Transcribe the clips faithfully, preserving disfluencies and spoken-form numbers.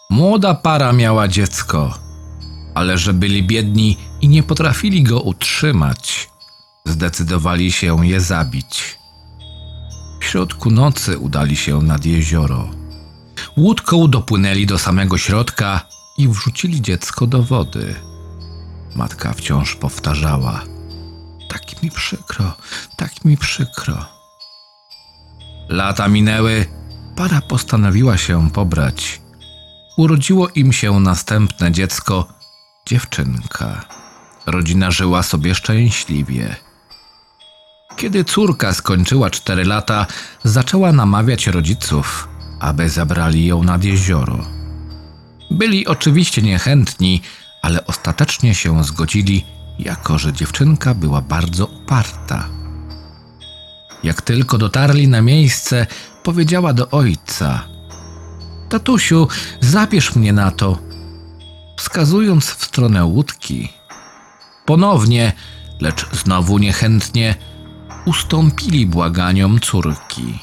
Młoda para miała dziecko, ale że byli biedni i nie potrafili go utrzymać, zdecydowali się je zabić. W środku nocy udali się nad jezioro. Łódką dopłynęli do samego środka i wrzucili dziecko do wody. Matka wciąż powtarzała: tak mi przykro, tak mi przykro. Lata minęły, para postanowiła się pobrać. Urodziło im się następne dziecko, dziewczynka. Rodzina żyła sobie szczęśliwie. Kiedy córka skończyła cztery lata, zaczęła namawiać rodziców, aby zabrali ją nad jezioro. Byli oczywiście niechętni, ale ostatecznie się zgodzili, jako że dziewczynka była bardzo uparta. Jak tylko dotarli na miejsce, powiedziała do ojca: tatusiu, zabierz mnie na to, wskazując w stronę łódki. Ponownie, lecz znowu niechętnie, ustąpili błaganiom córki.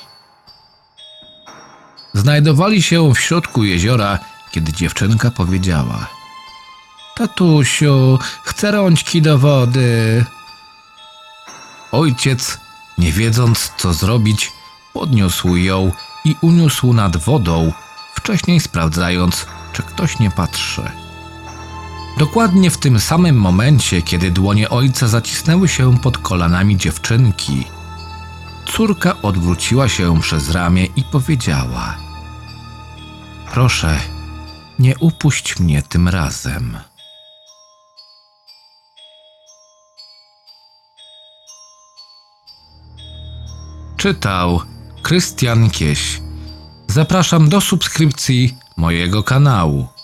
Znajdowali się w środku jeziora, kiedy dziewczynka powiedziała: tatusiu, chcę rączki do wody. Ojciec, nie wiedząc co zrobić, podniósł ją i uniósł nad wodą, wcześniej sprawdzając, czy ktoś nie patrzy. Dokładnie w tym samym momencie, kiedy dłonie ojca zacisnęły się pod kolanami dziewczynki, córka odwróciła się przez ramię i powiedziała: proszę, nie upuść mnie tym razem. Czytał Krystian Kieś. Zapraszam do subskrypcji mojego kanału.